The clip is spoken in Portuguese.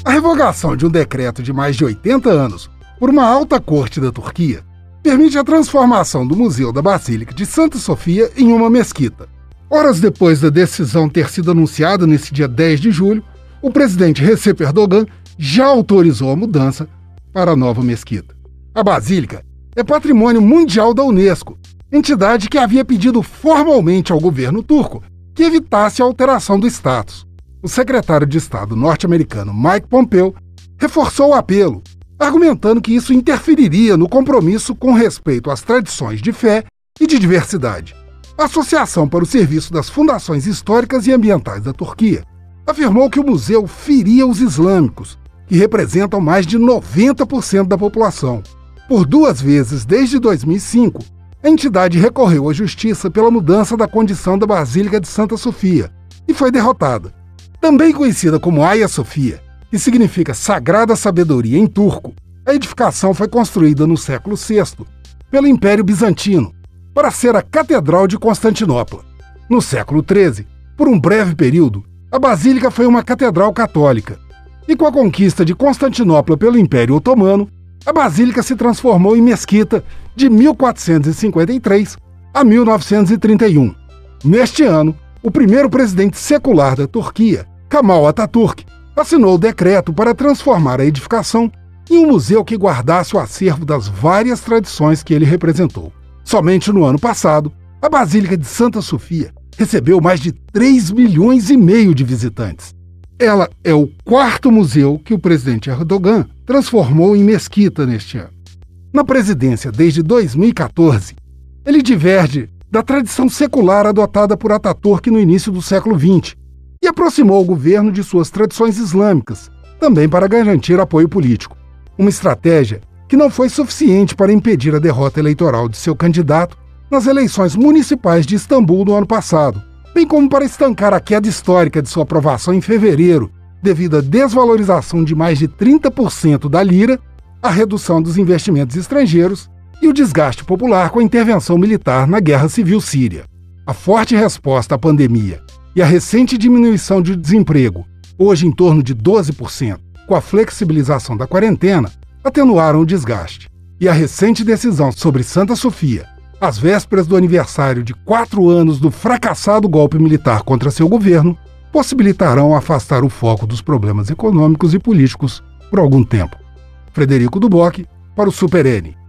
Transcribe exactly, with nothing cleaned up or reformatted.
A revogação de um decreto de mais de oitenta anos por uma alta corte da Turquia permite a transformação do Museu da Basílica de Santa Sofia em uma mesquita. Horas depois da decisão ter sido anunciada nesse dia dez de julho, o presidente Recep Erdogan já autorizou a mudança para a nova mesquita. A Basílica é patrimônio mundial da Unesco, entidade que havia pedido formalmente ao governo turco que evitasse a alteração do status. O secretário de Estado norte-americano Mike Pompeo reforçou o apelo, argumentando que isso interferiria no compromisso com respeito às tradições de fé e de diversidade. A Associação para o Serviço das Fundações Históricas e Ambientais da Turquia afirmou que o museu feria os islâmicos, que representam mais de noventa por cento da população. Por duas vezes desde dois mil e cinco, a entidade recorreu à justiça pela mudança da condição da Basílica de Santa Sofia e foi derrotada. Também conhecida como Hagia Sophia, que significa Sagrada Sabedoria em turco, a edificação foi construída no século sexto pelo Império Bizantino para ser a Catedral de Constantinopla. No século treze, por um breve período, a Basílica foi uma catedral católica, e com a conquista de Constantinopla pelo Império Otomano, a Basílica se transformou em mesquita de mil quatrocentos e cinquenta e três a mil novecentos e trinta e um. Neste ano, o primeiro presidente secular da Turquia, Kemal Atatürk, assinou o decreto para transformar a edificação em um museu que guardasse o acervo das várias tradições que ele representou. Somente no ano passado, a Basílica de Santa Sofia recebeu mais de três milhões e meio de visitantes. Ela é o quarto museu que o presidente Erdogan transformou em mesquita neste ano. Na presidência desde dois mil e quatorze, ele diverge da tradição secular adotada por Atatürk no início do século vinte e aproximou o governo de suas tradições islâmicas, também para garantir apoio político. Uma estratégia que não foi suficiente para impedir a derrota eleitoral de seu candidato nas eleições municipais de Istambul no ano passado, bem como para estancar a queda histórica de sua aprovação em fevereiro, devido à desvalorização de mais de trinta por cento da lira, a redução dos investimentos estrangeiros e o desgaste popular com a intervenção militar na Guerra Civil Síria. A forte resposta à pandemia e a recente diminuição de desemprego, hoje em torno de doze por cento, com a flexibilização da quarentena, atenuaram o desgaste. E a recente decisão sobre Santa Sofia, às vésperas do aniversário de quatro anos do fracassado golpe militar contra seu governo, possibilitarão afastar o foco dos problemas econômicos e políticos por algum tempo. Frederico Duboc, para o Super N.